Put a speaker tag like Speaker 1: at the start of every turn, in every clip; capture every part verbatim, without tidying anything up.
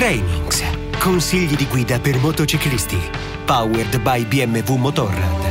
Speaker 1: Trainings, consigli di guida per motociclisti. Powered by B M W Motorrad.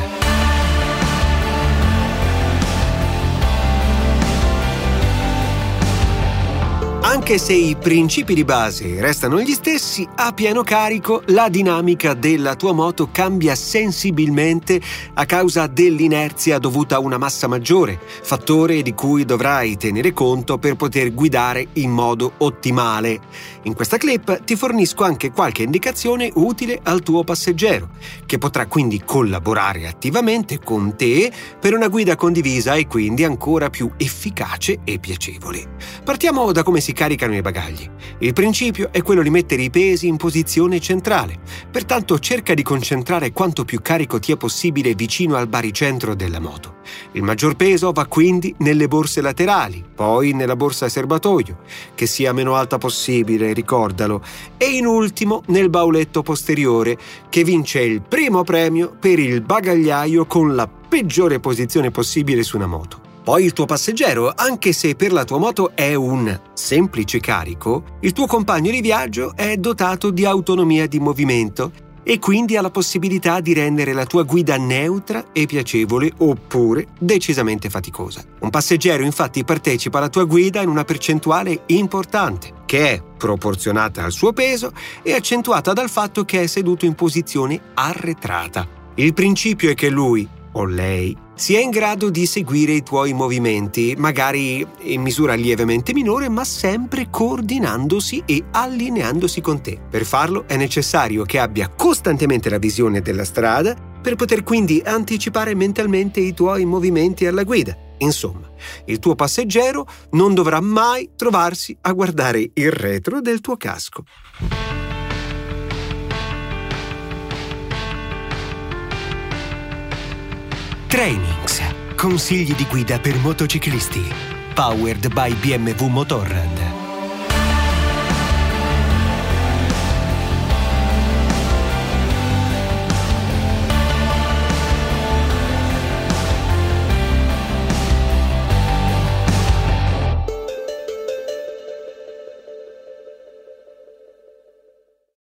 Speaker 1: Anche se i principi di base restano gli stessi, a pieno carico la dinamica della tua moto cambia sensibilmente a causa dell'inerzia dovuta a una massa maggiore, fattore di cui dovrai tenere conto per poter guidare in modo ottimale. In questa clip ti fornisco anche qualche indicazione utile al tuo passeggero, che potrà quindi collaborare attivamente con te per una guida condivisa e quindi ancora più efficace e piacevole. Partiamo da come si caricano i bagagli. Il principio è quello di mettere i pesi in posizione centrale, pertanto cerca di concentrare quanto più carico ti è possibile vicino al baricentro della moto. Il maggior peso va quindi nelle borse laterali, poi nella borsa serbatoio, che sia meno alta possibile, ricordalo, e in ultimo nel bauletto posteriore, che vince il primo premio per il bagagliaio con la peggiore posizione possibile su una moto. Poi il tuo passeggero, anche se per la tua moto è un semplice carico, il tuo compagno di viaggio è dotato di autonomia di movimento e quindi ha la possibilità di rendere la tua guida neutra e piacevole oppure decisamente faticosa. Un passeggero infatti partecipa alla tua guida in una percentuale importante, che è proporzionata al suo peso e accentuata dal fatto che è seduto in posizione arretrata. Il principio è che lui o lei sia in grado di seguire i tuoi movimenti, magari in misura lievemente minore, ma sempre coordinandosi e allineandosi con te. Per farlo è necessario che abbia costantemente la visione della strada per poter quindi anticipare mentalmente i tuoi movimenti alla guida. Insomma, il tuo passeggero non dovrà mai trovarsi a guardare il retro del tuo casco. Trainings, consigli di guida per motociclisti. Powered by B M W Motorrad.